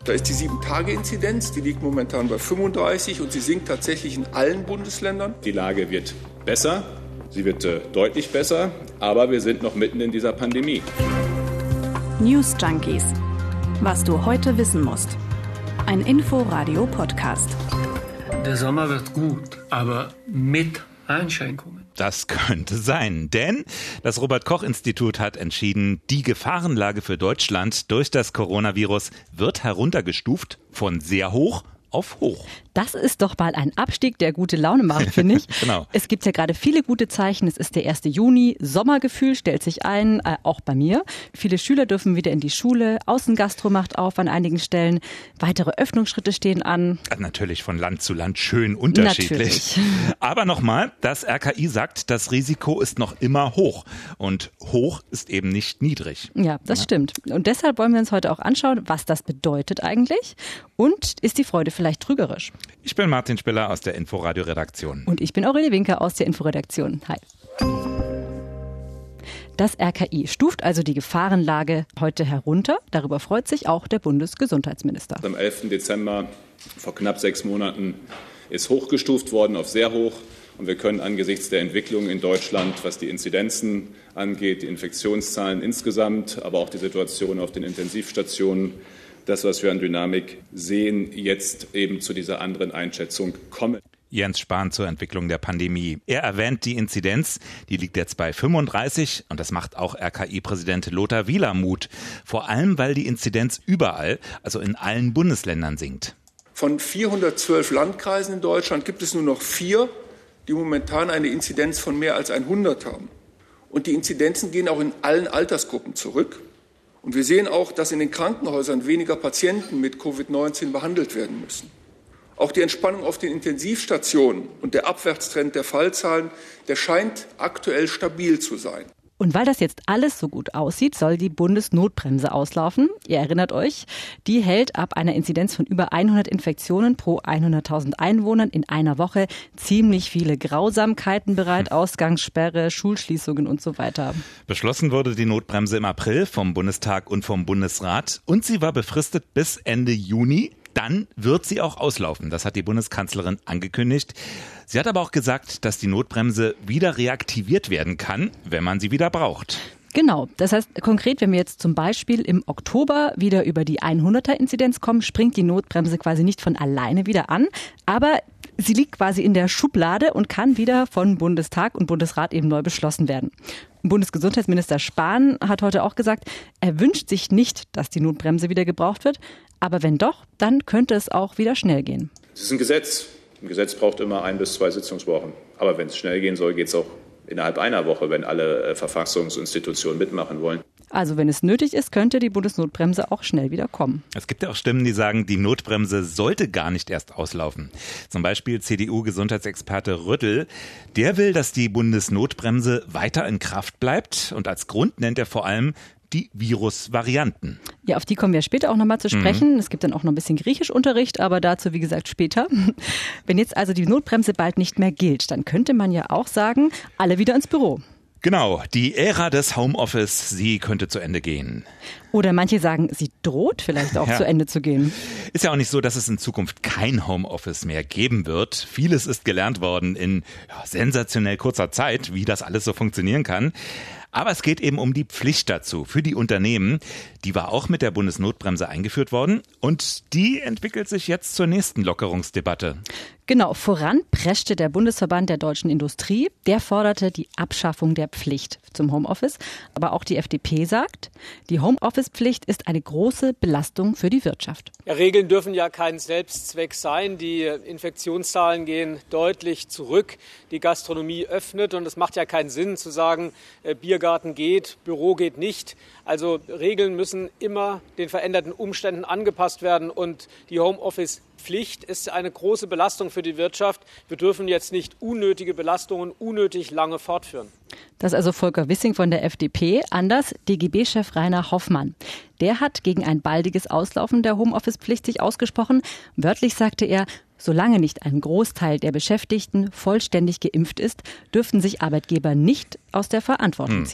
Da ist die 7-Tage-Inzidenz, die liegt momentan bei 35 und sie sinkt tatsächlich in allen Bundesländern. Die Lage wird besser, sie wird deutlich besser, aber wir sind noch mitten in dieser Pandemie. News Junkies. Was du heute wissen musst. Ein Info-Radio-Podcast. Der Sommer wird gut, aber mit Einschränkungen. Das könnte sein, denn das Robert-Koch-Institut hat entschieden, die Gefahrenlage für Deutschland durch das Coronavirus wird heruntergestuft von sehr hoch auf hoch. Das ist doch mal ein Abstieg, der gute Laune macht, finde ich. Genau. Es gibt ja gerade viele gute Zeichen. Es ist der 1. Juni. Sommergefühl stellt sich ein, auch bei mir. Viele Schüler dürfen wieder in die Schule. Außengastro macht auf an einigen Stellen. Weitere Öffnungsschritte stehen an. Natürlich von Land zu Land schön unterschiedlich. Natürlich. Aber nochmal, das RKI sagt, das Risiko ist noch immer hoch. Und hoch ist eben nicht niedrig. Ja, das stimmt. Und deshalb wollen wir uns heute auch anschauen, was das bedeutet eigentlich. Und ist die Freude vielleicht trügerisch? Ich bin Martin Spiller aus der Inforadio-Redaktion. Und ich bin Aurelie Winker aus der Inforedaktion. Hi. Das RKI stuft also die Gefahrenlage heute herunter. Darüber freut sich auch der Bundesgesundheitsminister. Am 11. Dezember, vor knapp 6 Monaten, ist hochgestuft worden auf sehr hoch. Und wir können angesichts der Entwicklung in Deutschland, was die Inzidenzen angeht, die Infektionszahlen insgesamt, aber auch die Situation auf den Intensivstationen, das, was wir an Dynamik sehen, jetzt eben zu dieser anderen Einschätzung kommen. Jens Spahn zur Entwicklung der Pandemie. Er erwähnt die Inzidenz, die liegt jetzt bei 35 und das macht auch RKI-Präsident Lothar Wieler Mut. Vor allem, weil die Inzidenz überall, also in allen Bundesländern sinkt. Von 412 Landkreisen in Deutschland gibt es nur noch 4, die momentan eine Inzidenz von mehr als 100 haben. Und die Inzidenzen gehen auch in allen Altersgruppen zurück. Und wir sehen auch, dass in den Krankenhäusern weniger Patienten mit Covid-19 behandelt werden müssen. Auch die Entspannung auf den Intensivstationen und der Abwärtstrend der Fallzahlen, der scheint aktuell stabil zu sein. Und weil das jetzt alles so gut aussieht, soll die Bundesnotbremse auslaufen. Ihr erinnert euch, die hält ab einer Inzidenz von über 100 Infektionen pro 100.000 Einwohnern in einer Woche ziemlich viele Grausamkeiten bereit. Ausgangssperre, Schulschließungen und so weiter. Beschlossen wurde die Notbremse im April vom Bundestag und vom Bundesrat und sie war befristet bis Ende Juni. Dann wird sie auch auslaufen. Das hat die Bundeskanzlerin angekündigt. Sie hat aber auch gesagt, dass die Notbremse wieder reaktiviert werden kann, wenn man sie wieder braucht. Genau. Das heißt konkret, wenn wir jetzt zum Beispiel im Oktober wieder über die 100er-Inzidenz kommen, springt die Notbremse quasi nicht von alleine wieder an. Aber sie liegt quasi in der Schublade und kann wieder von Bundestag und Bundesrat eben neu beschlossen werden. Bundesgesundheitsminister Spahn hat heute auch gesagt, er wünscht sich nicht, dass die Notbremse wieder gebraucht wird. Aber wenn doch, dann könnte es auch wieder schnell gehen. Es ist ein Gesetz. Ein Gesetz braucht immer 1 bis 2 Sitzungswochen. Aber wenn es schnell gehen soll, geht es auch innerhalb einer Woche, wenn alle Verfassungsinstitutionen mitmachen wollen. Also wenn es nötig ist, könnte die Bundesnotbremse auch schnell wieder kommen. Es gibt ja auch Stimmen, die sagen, die Notbremse sollte gar nicht erst auslaufen. Zum Beispiel CDU-Gesundheitsexperte Rüttel. Der will, dass die Bundesnotbremse weiter in Kraft bleibt. Und als Grund nennt er vor allem die Virusvarianten. Ja, auf die kommen wir später auch nochmal zu sprechen. Es gibt dann auch noch ein bisschen Griechischunterricht, aber dazu, wie gesagt, später. Wenn jetzt also die Notbremse bald nicht mehr gilt, dann könnte man ja auch sagen, alle wieder ins Büro. Genau, die Ära des Homeoffice, sie könnte zu Ende gehen. Oder manche sagen, sie droht vielleicht auch zu Ende zu gehen. Ist ja auch nicht so, dass es in Zukunft kein Homeoffice mehr geben wird. Vieles ist gelernt worden in sensationell kurzer Zeit, wie das alles so funktionieren kann. Aber es geht eben um die Pflicht dazu für die Unternehmen. Die war auch mit der Bundesnotbremse eingeführt worden und die entwickelt sich jetzt zur nächsten Lockerungsdebatte. Genau, voran preschte der Bundesverband der deutschen Industrie. Der forderte die Abschaffung der Pflicht zum Homeoffice. Aber auch die FDP sagt, die Homeoffice-Pflicht ist eine große Belastung für die Wirtschaft. Ja, Regeln dürfen ja kein Selbstzweck sein. Die Infektionszahlen gehen deutlich zurück. Die Gastronomie öffnet und es macht ja keinen Sinn zu sagen, Biergarten geht, Büro geht nicht. Also Regeln müssen immer den veränderten Umständen angepasst werden und die Homeoffice-Pflicht ist eine große Belastung für die Wirtschaft. Wir dürfen jetzt nicht unnötige Belastungen unnötig lange fortführen. Das ist also Volker Wissing von der FDP. Anders DGB-Chef Rainer Hoffmann. Der hat gegen ein baldiges Auslaufen der Homeoffice-Pflicht sich ausgesprochen. Wörtlich sagte er, solange nicht ein Großteil der Beschäftigten vollständig geimpft ist, dürften sich Arbeitgeber nicht aus der Verantwortung ziehen.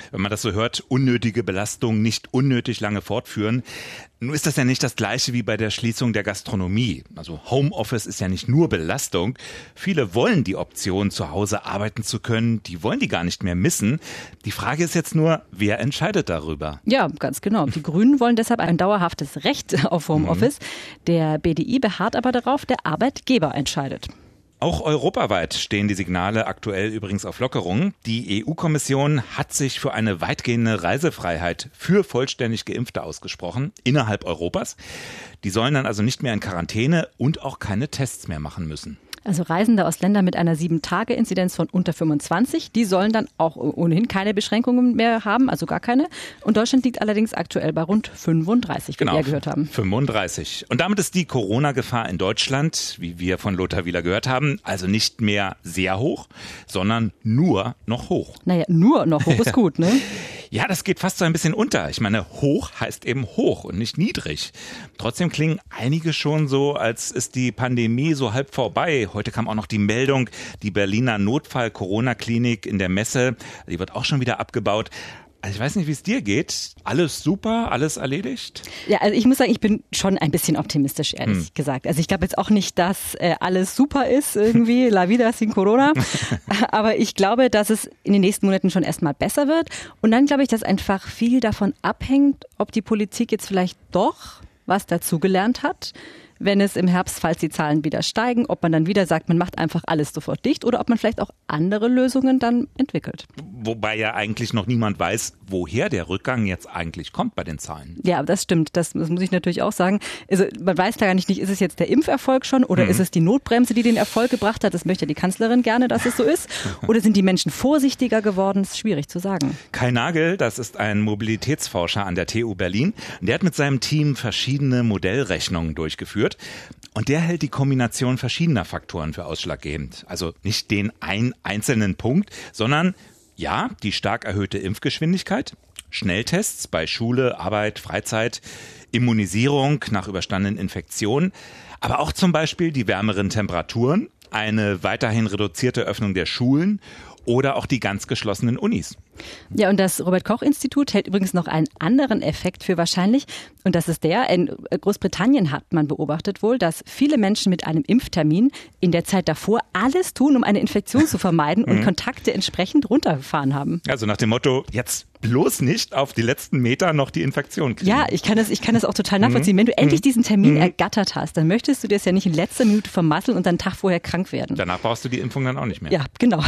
Wenn man das so hört, unnötige Belastung, nicht unnötig lange fortführen. Nun ist das ja nicht das Gleiche wie bei der Schließung der Gastronomie. Also Homeoffice ist ja nicht nur Belastung. Viele wollen die Option, zu Hause arbeiten zu können. Die wollen die gar nicht mehr missen. Die Frage ist jetzt nur, wer entscheidet darüber? Ja, ganz genau. Die Grünen wollen deshalb ein dauerhaftes Recht auf Homeoffice. Der BDI beharrt aber darauf, der Arbeitgeber entscheidet. Auch europaweit stehen die Signale aktuell übrigens auf Lockerung. Die EU-Kommission hat sich für eine weitgehende Reisefreiheit für vollständig Geimpfte ausgesprochen, innerhalb Europas. Die sollen dann also nicht mehr in Quarantäne und auch keine Tests mehr machen müssen. Also Reisende aus Ländern mit einer 7-Tage-Inzidenz von unter 25, die sollen dann auch ohnehin keine Beschränkungen mehr haben, also gar keine. Und Deutschland liegt allerdings aktuell bei rund 35, wie wir gehört haben. 35. Und damit ist die Corona-Gefahr in Deutschland, wie wir von Lothar Wieler gehört haben, also nicht mehr sehr hoch, sondern nur noch hoch. Naja, nur noch hoch ist gut, ne? Ja, das geht fast so ein bisschen unter. Ich meine, hoch heißt eben hoch und nicht niedrig. Trotzdem klingen einige schon so, als ist die Pandemie so halb vorbei. Heute kam auch noch die Meldung, die Berliner Notfall-Corona-Klinik in der Messe, die wird auch schon wieder abgebaut. Also ich weiß nicht, wie es dir geht. Alles super, alles erledigt? Ja, also ich muss sagen, ich bin schon ein bisschen optimistisch, ehrlich gesagt. Also ich glaube jetzt auch nicht, dass alles super ist irgendwie, la vida sin Corona. Aber ich glaube, dass es in den nächsten Monaten schon erstmal besser wird. Und dann glaube ich, dass einfach viel davon abhängt, ob die Politik jetzt vielleicht doch was dazugelernt hat, wenn es im Herbst, falls die Zahlen wieder steigen, ob man dann wieder sagt, man macht einfach alles sofort dicht oder ob man vielleicht auch andere Lösungen dann entwickelt. Wobei ja eigentlich noch niemand weiß, woher der Rückgang jetzt eigentlich kommt bei den Zahlen. Ja, das stimmt. Das muss ich natürlich auch sagen. Also man weiß da gar nicht, ist es jetzt der Impferfolg schon oder ist es die Notbremse, die den Erfolg gebracht hat? Das möchte ja die Kanzlerin gerne, dass es so ist. Oder sind die Menschen vorsichtiger geworden? Das ist schwierig zu sagen. Kai Nagel, das ist ein Mobilitätsforscher an der TU Berlin. Der hat mit seinem Team verschiedene Modellrechnungen durchgeführt. Und der hält die Kombination verschiedener Faktoren für ausschlaggebend. Also nicht den einen einzelnen Punkt, sondern ja, die stark erhöhte Impfgeschwindigkeit, Schnelltests bei Schule, Arbeit, Freizeit, Immunisierung nach überstandenen Infektionen, aber auch zum Beispiel die wärmeren Temperaturen, eine weiterhin reduzierte Öffnung der Schulen oder auch die ganz geschlossenen Unis. Ja, und das Robert-Koch-Institut hält übrigens noch einen anderen Effekt für wahrscheinlich. Und das ist der, in Großbritannien hat man beobachtet wohl, dass viele Menschen mit einem Impftermin in der Zeit davor alles tun, um eine Infektion zu vermeiden und Kontakte entsprechend runtergefahren haben. Also nach dem Motto, jetzt bloß nicht auf die letzten Meter noch die Infektion kriegen. Ja, ich kann das auch total nachvollziehen. Wenn du endlich diesen Termin ergattert hast, dann möchtest du dir das ja nicht in letzter Minute vermasseln und dann einen Tag vorher krank werden. Danach brauchst du die Impfung dann auch nicht mehr. Ja, genau.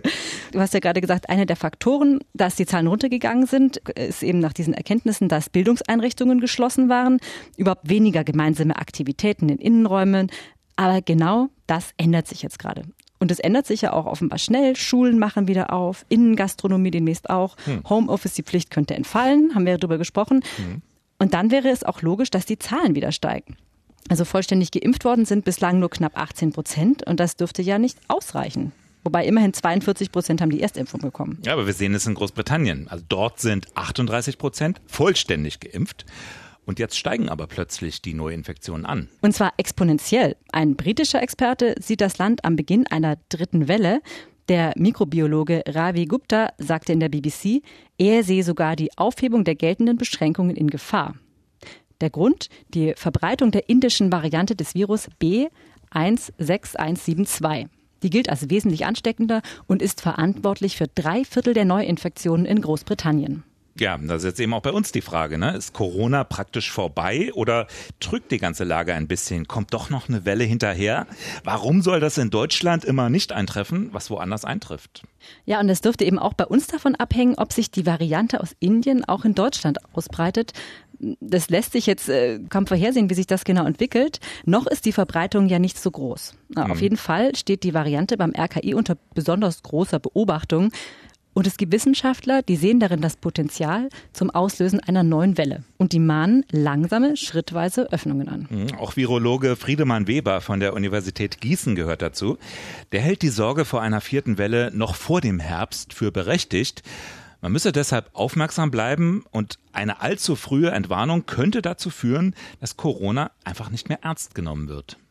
Du hast ja gerade gesagt, einer der Faktoren, dass die Zahlen runtergegangen sind, ist eben nach diesen Erkenntnissen, dass Bildungseinrichtungen geschlossen waren, überhaupt weniger gemeinsame Aktivitäten in Innenräumen. Aber genau das ändert sich jetzt gerade. Und es ändert sich ja auch offenbar schnell. Schulen machen wieder auf, Innengastronomie demnächst auch. Homeoffice, die Pflicht könnte entfallen, haben wir darüber gesprochen. Und dann wäre es auch logisch, dass die Zahlen wieder steigen. Also vollständig geimpft worden sind bislang nur knapp 18% und das dürfte ja nicht ausreichen. Wobei immerhin 42% haben die Erstimpfung bekommen. Ja, aber wir sehen es in Großbritannien. Also dort sind 38% vollständig geimpft. Und jetzt steigen aber plötzlich die Neuinfektionen an. Und zwar exponentiell. Ein britischer Experte sieht das Land am Beginn einer dritten Welle. Der Mikrobiologe Ravi Gupta sagte in der BBC, er sehe sogar die Aufhebung der geltenden Beschränkungen in Gefahr. Der Grund? Die Verbreitung der indischen Variante des Virus B16172. Die gilt als wesentlich ansteckender und ist verantwortlich für 3/4 der Neuinfektionen in Großbritannien. Ja, das ist jetzt eben auch bei uns die Frage, ne? Ist Corona praktisch vorbei oder drückt die ganze Lage ein bisschen? Kommt doch noch eine Welle hinterher? Warum soll das in Deutschland immer nicht eintreffen, was woanders eintrifft? Ja, und das dürfte eben auch bei uns davon abhängen, ob sich die Variante aus Indien auch in Deutschland ausbreitet. Das lässt sich jetzt kaum vorhersehen, wie sich das genau entwickelt. Noch ist die Verbreitung ja nicht so groß. Auf jeden Fall steht die Variante beim RKI unter besonders großer Beobachtung. Und es gibt Wissenschaftler, die sehen darin das Potenzial zum Auslösen einer neuen Welle. Und die mahnen langsame, schrittweise Öffnungen an. Auch Virologe Friedemann Weber von der Universität Gießen gehört dazu. Der hält die Sorge vor einer 4. Welle noch vor dem Herbst für berechtigt. Man müsse deshalb aufmerksam bleiben und eine allzu frühe Entwarnung könnte dazu führen, dass Corona einfach nicht mehr ernst genommen wird.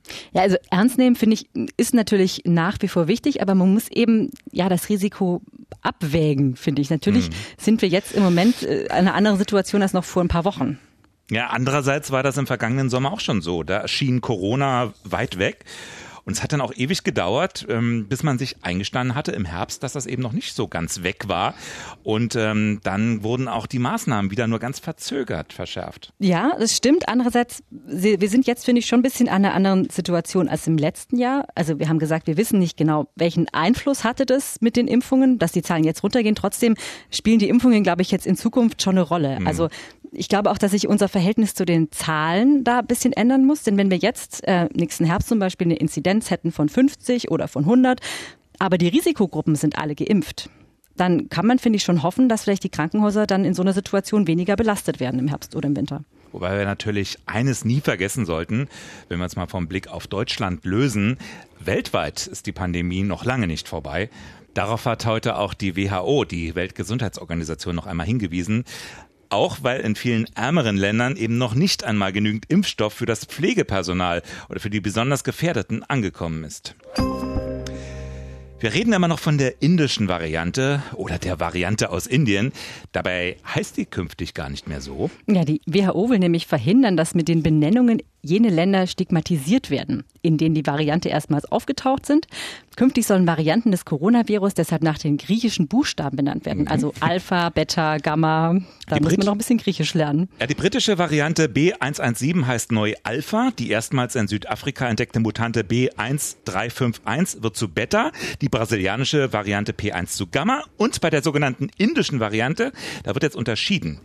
Ja, also ernst nehmen, finde ich, ist natürlich nach wie vor wichtig, aber man muss eben das Risiko abwägen, finde ich. Natürlich sind wir jetzt im Moment in einer anderen Situation als noch vor ein paar Wochen. Ja, andererseits war das im vergangenen Sommer auch schon so. Da schien Corona weit weg. Und es hat dann auch ewig gedauert, bis man sich eingestanden hatte im Herbst, dass das eben noch nicht so ganz weg war. Und dann wurden auch die Maßnahmen wieder nur ganz verzögert verschärft. Ja, das stimmt. Andererseits, wir sind jetzt, finde ich, schon ein bisschen an einer anderen Situation als im letzten Jahr. Also wir haben gesagt, wir wissen nicht genau, welchen Einfluss hatte das mit den Impfungen, dass die Zahlen jetzt runtergehen. Trotzdem spielen die Impfungen, glaube ich, jetzt in Zukunft schon eine Rolle. Also ich glaube auch, dass sich unser Verhältnis zu den Zahlen da ein bisschen ändern muss. Denn wenn wir jetzt nächsten Herbst zum Beispiel eine Inzidenz hätten von 50 oder von 100, aber die Risikogruppen sind alle geimpft, dann kann man, finde ich, schon hoffen, dass vielleicht die Krankenhäuser dann in so einer Situation weniger belastet werden im Herbst oder im Winter. Wobei wir natürlich eines nie vergessen sollten, wenn wir uns mal vom Blick auf Deutschland lösen. Weltweit ist die Pandemie noch lange nicht vorbei. Darauf hat heute auch die WHO, die Weltgesundheitsorganisation, noch einmal hingewiesen. Auch weil in vielen ärmeren Ländern eben noch nicht einmal genügend Impfstoff für das Pflegepersonal oder für die besonders Gefährdeten angekommen ist. Wir reden immer noch von der indischen Variante oder der Variante aus Indien. Dabei heißt die künftig gar nicht mehr so. Ja, die WHO will nämlich verhindern, dass mit den Benennungen jene Länder stigmatisiert werden, in denen die Variante erstmals aufgetaucht sind. Künftig sollen Varianten des Coronavirus deshalb nach den griechischen Buchstaben benannt werden. Also Alpha, Beta, Gamma. Da muss man noch ein bisschen Griechisch lernen. Ja, die britische Variante B117 heißt neu Alpha. Die erstmals in Südafrika entdeckte Mutante B1351 wird zu Beta. Die brasilianische Variante P1 zu Gamma. Und bei der sogenannten indischen Variante, da wird jetzt unterschieden.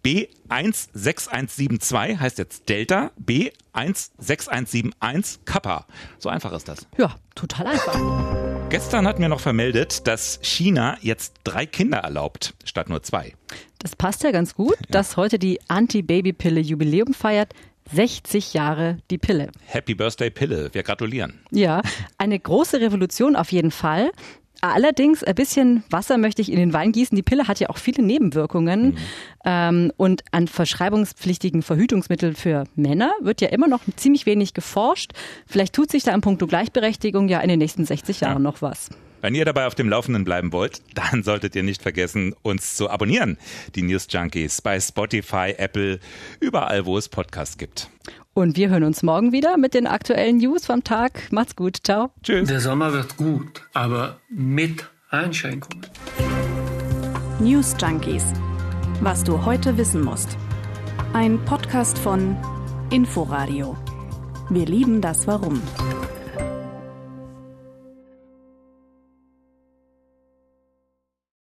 B16172 heißt jetzt Delta, B16171 Kappa. So einfach ist das. Ja, total einfach. Gestern hatten wir noch vermeldet, dass China jetzt 3 Kinder erlaubt, statt nur 2. Das passt ja ganz gut, dass heute die Anti-Baby-Pille Jubiläum feiert. 60 Jahre die Pille. Happy Birthday Pille, wir gratulieren. Ja, eine große Revolution auf jeden Fall. Allerdings ein bisschen Wasser möchte ich in den Wein gießen. Die Pille hat ja auch viele Nebenwirkungen. Und an verschreibungspflichtigen Verhütungsmitteln für Männer wird ja immer noch ziemlich wenig geforscht. Vielleicht tut sich da in puncto Gleichberechtigung ja in den nächsten 60 Jahren noch was. Wenn ihr dabei auf dem Laufenden bleiben wollt, dann solltet ihr nicht vergessen, uns zu abonnieren. Die News Junkies bei Spotify, Apple, überall, wo es Podcasts gibt. Und wir hören uns morgen wieder mit den aktuellen News vom Tag. Macht's gut. Ciao. Tschüss. Der Sommer wird gut, aber mit Einschränkungen. News Junkies. Was du heute wissen musst. Ein Podcast von Inforadio. Wir lieben das Warum.